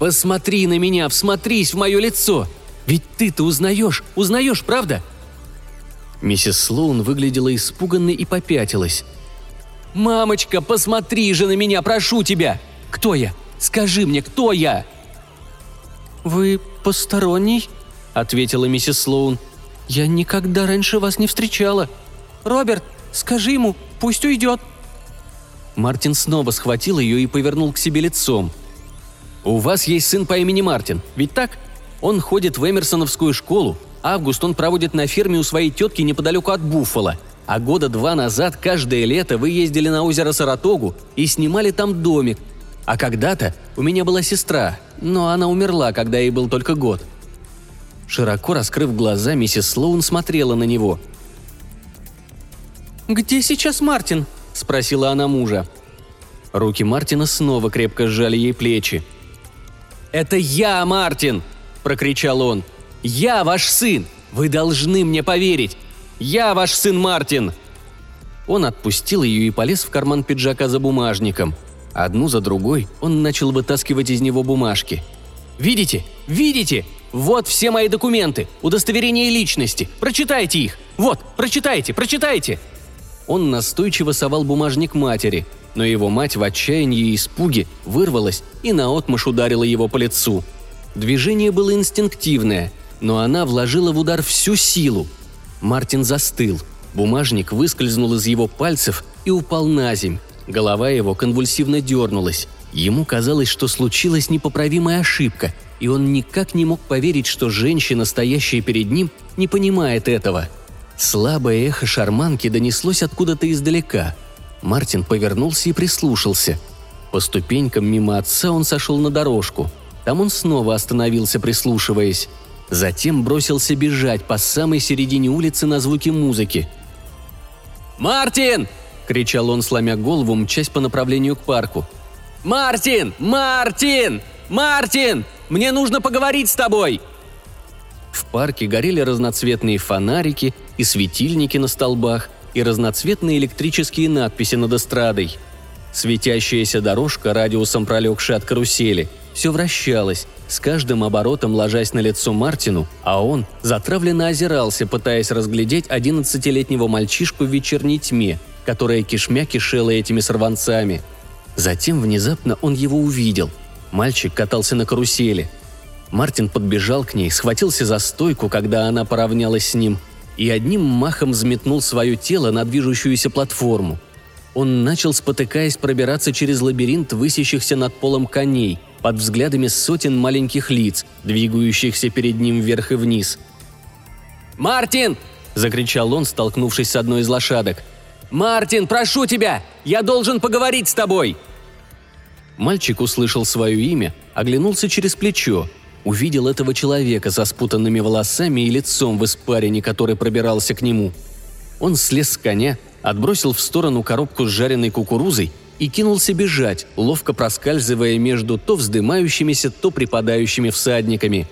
посмотри на меня, всмотрись в мое лицо! Ведь ты-то узнаешь, узнаешь, правда?» Миссис Слоун выглядела испуганной и попятилась. «Мамочка, посмотри же на меня, прошу тебя! Кто я? Скажи мне, кто я?» «Вы посторонний?» – ответила миссис Слоун. «Я никогда раньше вас не встречала. Роберт, скажи ему, пусть уйдет». Мартин снова схватил ее и повернул к себе лицом. «У вас есть сын по имени Мартин, ведь так? Он ходит в Эмерсоновскую школу. Август он проводит на ферме у своей тетки неподалеку от Буффало. А года два назад каждое лето вы ездили на озеро Саратогу и снимали там домик. А когда-то у меня была сестра, но она умерла, когда ей был только год». Широко раскрыв глаза, миссис Слоун смотрела на него. «Где сейчас Мартин?» – спросила она мужа. Руки Мартина снова крепко сжали ей плечи. «Это я, Мартин!» – прокричал он. «Я ваш сын! Вы должны мне поверить! Я ваш сын Мартин!» Он отпустил ее и полез в карман пиджака за бумажником. Одну за другой он начал вытаскивать из него бумажки. «Видите? Видите? Вот все мои документы, удостоверение личности. Прочитайте их! Вот, прочитайте, прочитайте!» Он настойчиво совал бумажник матери, но его мать в отчаянии и испуге вырвалась и наотмашь ударила его по лицу. Движение было инстинктивное, но она вложила в удар всю силу. Мартин застыл. Бумажник выскользнул из его пальцев и упал на земь. Голова его конвульсивно дернулась. Ему казалось, что случилась непоправимая ошибка, и он никак не мог поверить, что женщина, стоящая перед ним, не понимает этого. Слабое эхо шарманки донеслось откуда-то издалека. Мартин повернулся и прислушался. По ступенькам мимо отца он сошел на дорожку. Там он снова остановился, прислушиваясь. Затем бросился бежать по самой середине улицы на звуки музыки. «Мартин!» – кричал он, сломя голову, мчась по направлению к парку. «Мартин! Мартин! Мартин! Мне нужно поговорить с тобой!» В парке горели разноцветные фонарики и светильники на столбах, и разноцветные электрические надписи над эстрадой. Светящаяся дорожка, радиусом пролегшая от карусели, все вращалась, с каждым оборотом ложась на лицо Мартину, а он затравленно озирался, пытаясь разглядеть одиннадцатилетнего мальчишку в вечерней тьме, которая кишмя кишела этими сорванцами. Затем внезапно он его увидел. Мальчик катался на карусели. Мартин подбежал к ней, схватился за стойку, когда она поравнялась с ним, и одним махом взметнул свое тело на движущуюся платформу. Он начал, спотыкаясь, пробираться через лабиринт высящихся над полом коней, под взглядами сотен маленьких лиц, двигающихся перед ним вверх и вниз. «Мартин!» – закричал он, столкнувшись с одной из лошадок. «Мартин, прошу тебя! Я должен поговорить с тобой!» Мальчик услышал свое имя, оглянулся через плечо, увидел этого человека со спутанными волосами и лицом в испарине, который пробирался к нему. Он слез с коня, отбросил в сторону коробку с жареной кукурузой и кинулся бежать, ловко проскальзывая между то вздымающимися, то припадающими всадниками.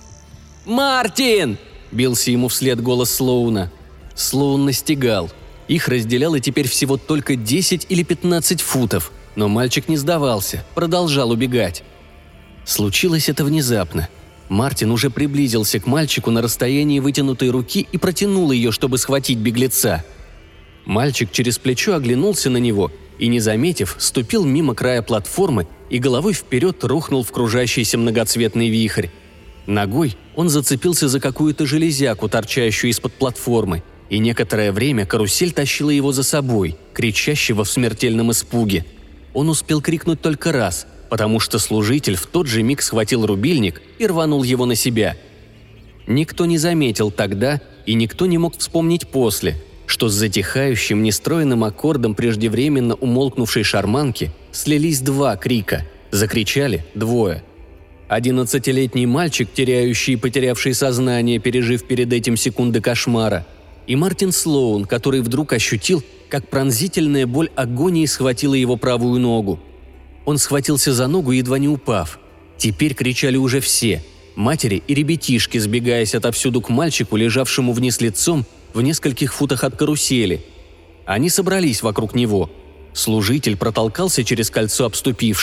«Мартин!» – бился ему вслед голос Слоуна. Слоун настигал. Их разделяло теперь всего только десять или пятнадцать футов, но мальчик не сдавался, продолжал убегать. Случилось это внезапно. Мартин уже приблизился к мальчику на расстоянии вытянутой руки и протянул ее, чтобы схватить беглеца. Мальчик через плечо оглянулся на него и, не заметив, ступил мимо края платформы и головой вперед рухнул в кружащийся многоцветный вихрь. Ногой он зацепился за какую-то железяку, торчащую из-под платформы, и некоторое время карусель тащила его за собой, кричащего в смертельном испуге. Он успел крикнуть только раз, потому что служитель в тот же миг схватил рубильник и рванул его на себя. Никто не заметил тогда, и никто не мог вспомнить после, что с затихающим нестроенным аккордом преждевременно умолкнувшей шарманки слились два крика, закричали двое. Одиннадцатилетний мальчик, теряющий и потерявший сознание, пережив перед этим секунды кошмара, и Мартин Слоун, который вдруг ощутил, как пронзительная боль агонии схватила его правую ногу. Он схватился за ногу, едва не упав. Теперь кричали уже все – матери и ребятишки, сбегаясь отовсюду к мальчику, лежавшему вниз лицом в нескольких футах от карусели. Они собрались вокруг него. Служитель протолкался через кольцо обступивших.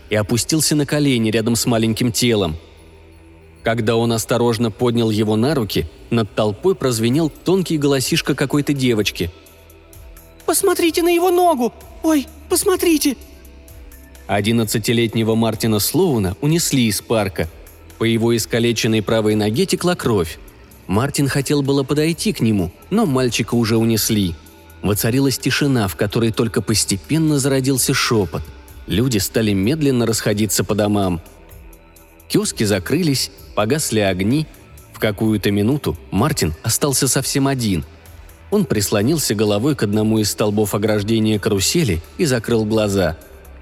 и опустился на колени рядом с маленьким телом. Когда он осторожно поднял его на руки, над толпой прозвенел тонкий голосишко какой-то девочки. «Посмотрите на его ногу! Ой, посмотрите!» Одиннадцатилетнего Мартина Слоуна унесли из парка. По его искалеченной правой ноге текла кровь. Мартин хотел было подойти к нему, но мальчика уже унесли. Воцарилась тишина, в которой только постепенно зародился шепот. Люди стали медленно расходиться по домам. Киоски закрылись, погасли огни. В какую-то минуту Мартин остался совсем один. Он прислонился головой к одному из столбов ограждения карусели и закрыл глаза.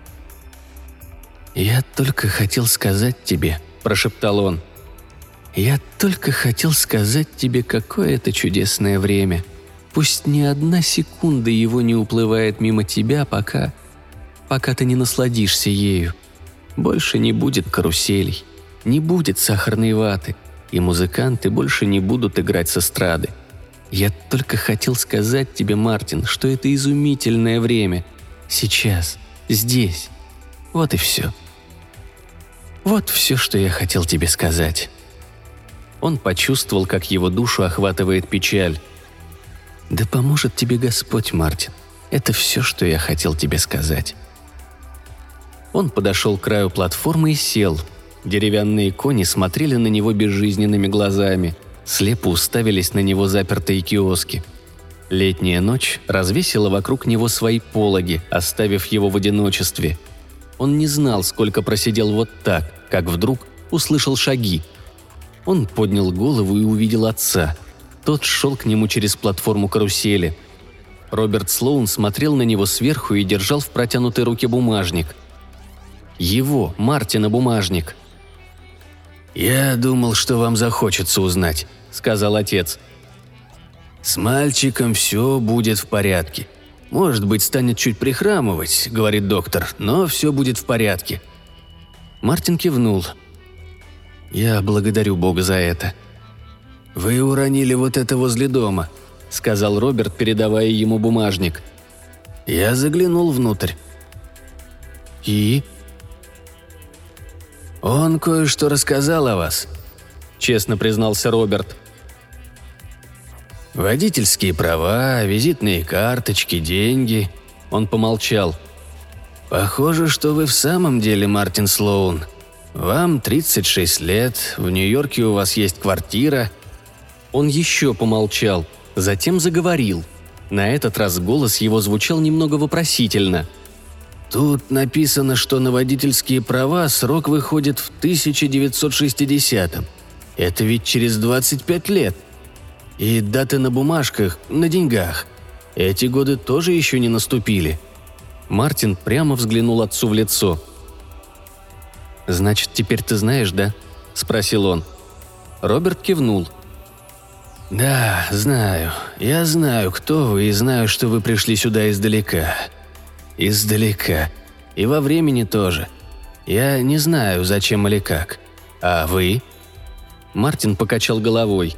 «Я только хотел сказать тебе», – прошептал он. «Я только хотел сказать тебе, какое это чудесное время. Пусть ни одна секунда его не уплывает мимо тебя, пока... пока ты не насладишься ею. Больше не будет каруселей, не будет сахарной ваты, и музыканты больше не будут играть с эстрады. Я только хотел сказать тебе, Мартин, что это изумительное время. Сейчас, здесь. Вот и все. Вот все, что я хотел тебе сказать». Он почувствовал, как его душу охватывает печаль. «Да поможет тебе Господь, Мартин. Это все, что я хотел тебе сказать». Он подошел к краю платформы и сел. Деревянные кони смотрели на него безжизненными глазами. Слепо уставились на него запертые киоски. Летняя ночь развесила вокруг него свои пологи, оставив его в одиночестве. Он не знал, сколько просидел вот так, как вдруг услышал шаги. Он поднял голову и увидел отца. Тот шел к нему через платформу карусели. Роберт Слоун смотрел на него сверху и держал в протянутой руке бумажник. Его, Мартина, бумажник. «Я думал, что вам захочется узнать», — сказал отец. «С мальчиком все будет в порядке. Может быть, станет чуть прихрамывать, — говорит доктор, — но все будет в порядке». Мартин кивнул. «Я благодарю Бога за это». «Вы уронили вот это возле дома», — сказал Роберт, передавая ему бумажник. «Я заглянул внутрь». «И?» «Он кое-что рассказал о вас», — честно признался Роберт. «Водительские права, визитные карточки, деньги». Он помолчал. «Похоже, что вы в самом деле Мартин Слоун. Вам тридцать шесть лет, в Нью-Йорке у вас есть квартира». Он еще помолчал, затем заговорил. На этот раз голос его звучал немного вопросительно. «Тут написано, что на водительские права срок выходит в тысяча девятьсот шестидесятом. Это ведь через двадцать пять лет. И даты на бумажках, на деньгах. Эти годы тоже еще не наступили». Мартин прямо взглянул отцу в лицо. «Значит, теперь ты знаешь, да?» – спросил он. Роберт кивнул. «Да, знаю. Я знаю, кто вы, и знаю, что вы пришли сюда издалека. Издалека. И во времени тоже. Я не знаю, зачем или как. А вы?» Мартин покачал головой.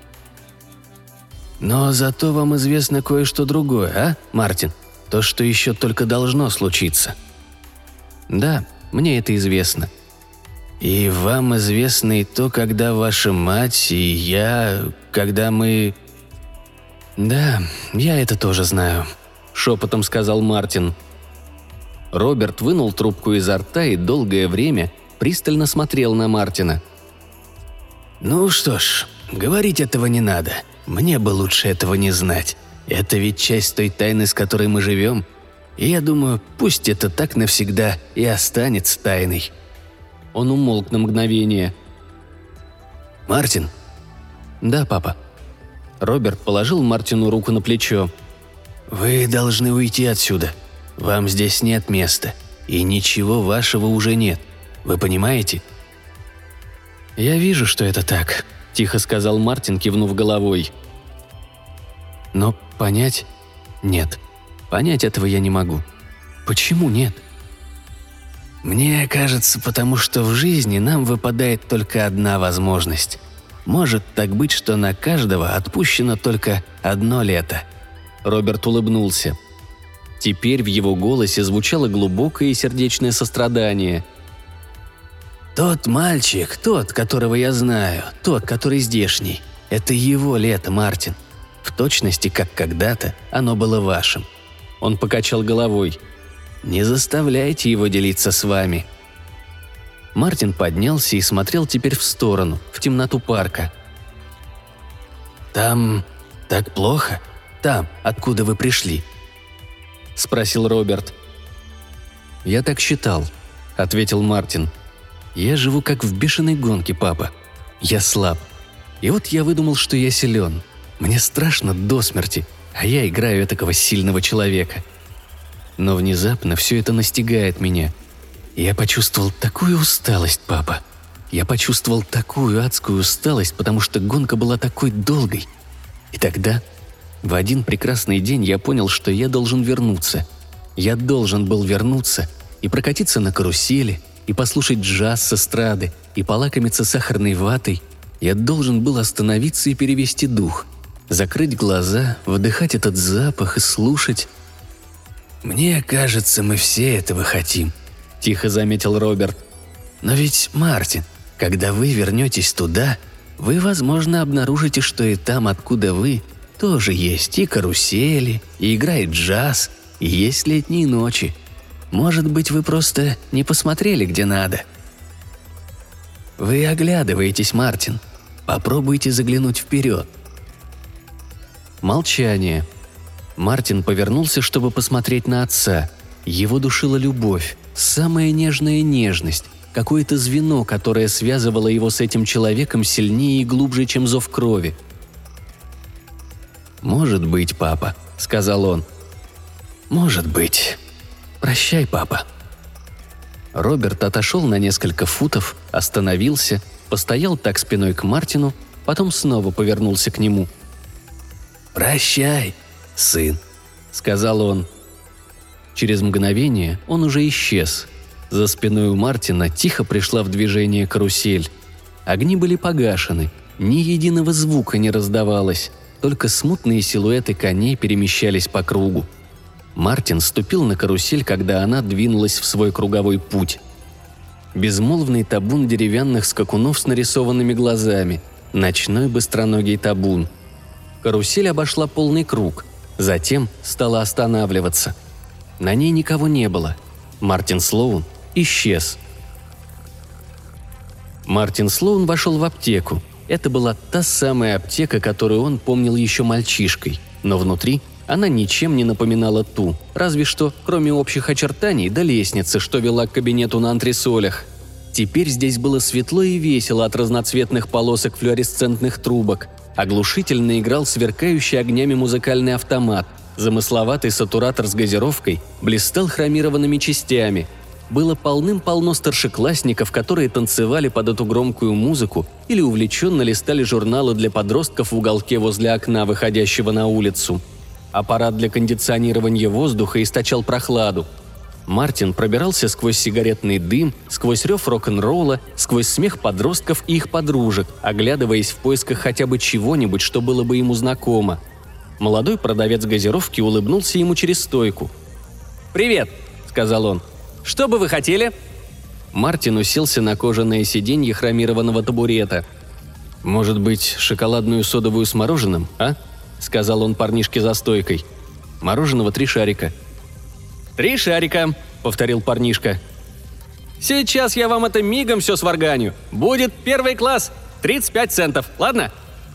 «Но зато вам известно кое-что другое, а, Мартин? То, что еще только должно случиться». «Да, мне это известно». «И вам известно и то, когда ваша мать и я, когда мы...» «Да, я это тоже знаю», — шепотом сказал Мартин. Роберт вынул трубку изо рта и долгое время пристально смотрел на Мартина. «Ну что ж, говорить этого не надо. Мне бы лучше этого не знать. Это ведь часть той тайны, с которой мы живем. И я думаю, пусть это так навсегда и останется тайной». Он умолк на мгновение. «Мартин?» «Да, папа». Роберт положил Мартину руку на плечо. «Вы должны уйти отсюда. Вам здесь нет места. И ничего вашего уже нет. Вы понимаете?» «Я вижу, что это так», – тихо сказал Мартин, кивнув головой. «Но понять? Нет. Понять этого я не могу. Почему нет?» «Мне кажется, потому что в жизни нам выпадает только одна возможность. Может так быть, что на каждого отпущено только одно лето». Роберт улыбнулся. Теперь в его голосе звучало глубокое и сердечное сострадание. Тот мальчик, тот, которого я знаю, тот, который здешний, это его лето, Мартин. В точности, как когда-то оно было вашим». Он покачал головой. «Не заставляйте его делиться с вами». Мартин поднялся и смотрел теперь в сторону, в темноту парка. «Там так плохо? Там, откуда вы пришли?» – спросил Роберт. «Я так считал», – ответил Мартин. «Я живу как в бешеной гонке, папа. Я слаб. И вот я выдумал, что я силен. Мне страшно до смерти, а я играю этакого сильного человека. Но внезапно все это настигает меня. Я почувствовал такую усталость, папа. Я почувствовал такую адскую усталость, потому что гонка была такой долгой. И тогда, в один прекрасный день, я понял, что я должен вернуться. Я должен был вернуться и прокатиться на карусели, и послушать джаз с эстрады, и полакомиться сахарной ватой. Я должен был остановиться и перевести дух, закрыть глаза, вдыхать этот запах и слушать. «Мне кажется, мы все этого хотим», – тихо заметил Роберт. «Но ведь, Мартин, когда вы вернетесь туда, вы, возможно, обнаружите, что и там, откуда вы, тоже есть и карусели, и играет джаз, и есть летние ночи. Может быть, вы просто не посмотрели, где надо. Вы оглядываетесь, Мартин. Попробуйте заглянуть вперед». Молчание. Мартин повернулся, чтобы посмотреть на отца. Его душила любовь, самая нежная нежность, какое-то звено, которое связывало его с этим человеком сильнее и глубже, чем зов крови. «Может быть, папа», — сказал он. «Может быть. Прощай, папа». Роберт отошел на несколько футов, остановился, постоял так спиной к Мартину, потом снова повернулся к нему. «Прощай, сын», — сказал он. Через мгновение он уже исчез. За спиной у Мартина тихо пришла в движение карусель. Огни были погашены, ни единого звука не раздавалось, только смутные силуэты коней перемещались по кругу. Мартин ступил на карусель, когда она двинулась в свой круговой путь. Безмолвный табун деревянных скакунов с нарисованными глазами, ночной быстроногий табун. Карусель обошла полный круг, затем стала останавливаться. На ней никого не было. Мартин Слоун исчез. Мартин Слоун вошел в аптеку. Это была та самая аптека, которую он помнил еще мальчишкой, но внутри она ничем не напоминала ту, разве что кроме общих очертаний до лестницы, что вела к кабинету на антресолях. Теперь здесь было светло и весело от разноцветных полосок флуоресцентных трубок. Оглушительно играл сверкающий огнями музыкальный автомат. Замысловатый сатуратор с газировкой блистал хромированными частями. Было полным-полно старшеклассников, которые танцевали под эту громкую музыку или увлеченно листали журналы для подростков в уголке возле окна, выходящего на улицу. Аппарат для кондиционирования воздуха источал прохладу. Мартин пробирался сквозь сигаретный дым, сквозь рев рок-н-ролла, сквозь смех подростков и их подружек, оглядываясь в поисках хотя бы чего-нибудь, что было бы ему знакомо. Молодой продавец газировки улыбнулся ему через стойку. «Привет», — сказал он. «Что бы вы хотели?» Мартин уселся на кожаное сиденье хромированного табурета. «Может быть, шоколадную содовую с мороженым, а?» — сказал он парнишке за стойкой. «Мороженого три шарика». «Три шарика», — повторил парнишка. «Сейчас я вам это мигом все сварганю. Будет первый класс, тридцать пять центов, ладно?»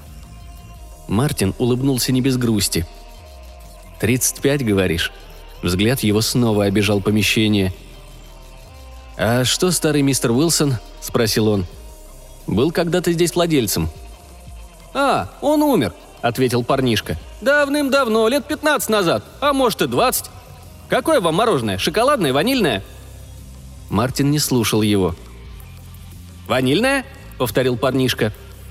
Мартин улыбнулся не без грусти. «Тридцать пять, говоришь?» Взгляд его снова обежал помещение. «А что старый мистер Уилсон?» – спросил он. «Был когда-то здесь владельцем». «А, он умер», – ответил парнишка. «Давным-давно, лет пятнадцать назад, а может и двадцать. Какое вам мороженое, шоколадное, ванильное?» Мартин не слушал его. «Ванильное?» – повторил парнишка.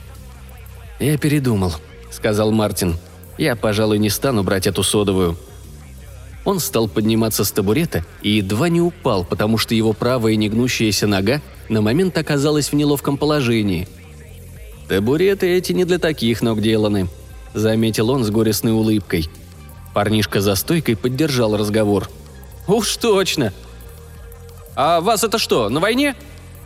«Я передумал», – сказал Мартин. «Я, пожалуй, не стану брать эту содовую». Он стал подниматься с табурета и едва не упал, потому что его правая негнущаяся нога на момент оказалась в неловком положении. «Табуреты эти не для таких ног деланы», – заметил он с горестной улыбкой. Парнишка за стойкой поддержал разговор. «Уж точно! А вас это что, на войне?»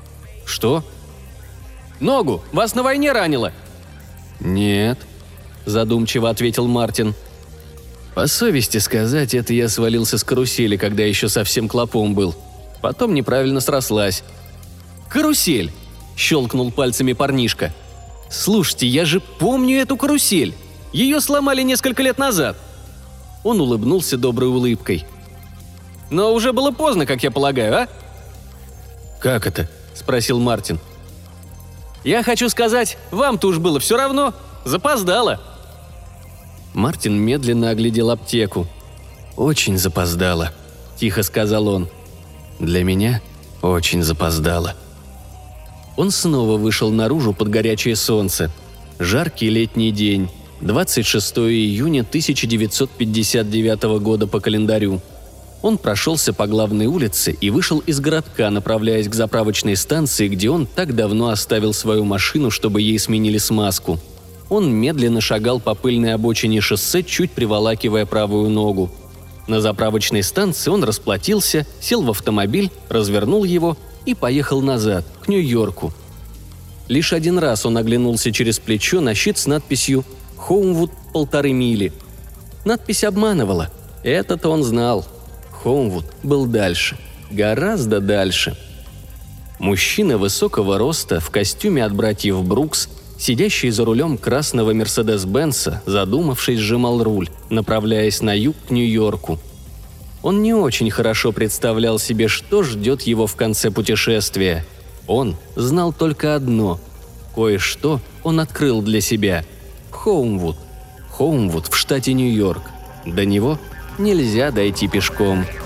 «Что?» «Ногу! Вас на войне ранило!» «Нет», – задумчиво ответил Мартин. «По совести сказать, это я свалился с карусели, когда еще совсем клопом был. Потом неправильно срослась». «Карусель!» – щелкнул пальцами парнишка. «Слушайте, я же помню эту карусель! Ее сломали несколько лет назад!» Он улыбнулся доброй улыбкой. «Но уже было поздно, как я полагаю, а?» «Как это?» – спросил Мартин. «Я хочу сказать, вам-то уж было все равно. Запоздало». Мартин медленно оглядел аптеку. «Очень запоздало», – тихо сказал он. «Для меня очень запоздало». Он снова вышел наружу под горячее солнце. Жаркий летний день, двадцать шестого июня тысяча девятьсот пятьдесят девятого года по календарю. Он прошелся по главной улице и вышел из городка, направляясь к заправочной станции, где он так давно оставил свою машину, чтобы ей сменили смазку. Он медленно шагал по пыльной обочине шоссе, чуть приволакивая правую ногу. На заправочной станции он расплатился, сел в автомобиль, развернул его и поехал назад, к Нью-Йорку. Лишь один раз он оглянулся через плечо на щит с надписью «Хоумвуд полторы мили». Надпись обманывала. Это-то он знал. Хоумвуд был дальше. Гораздо дальше. Мужчина высокого роста в костюме от братьев Брукс, сидящий за рулем красного Мерседес-Бенца, задумавшись, сжимал руль, направляясь на юг к Нью-Йорку. Он не очень хорошо представлял себе, что ждет его в конце путешествия. Он знал только одно. Кое-что он открыл для себя. Хоумвуд. Хоумвуд в штате Нью-Йорк. До него нельзя дойти пешком.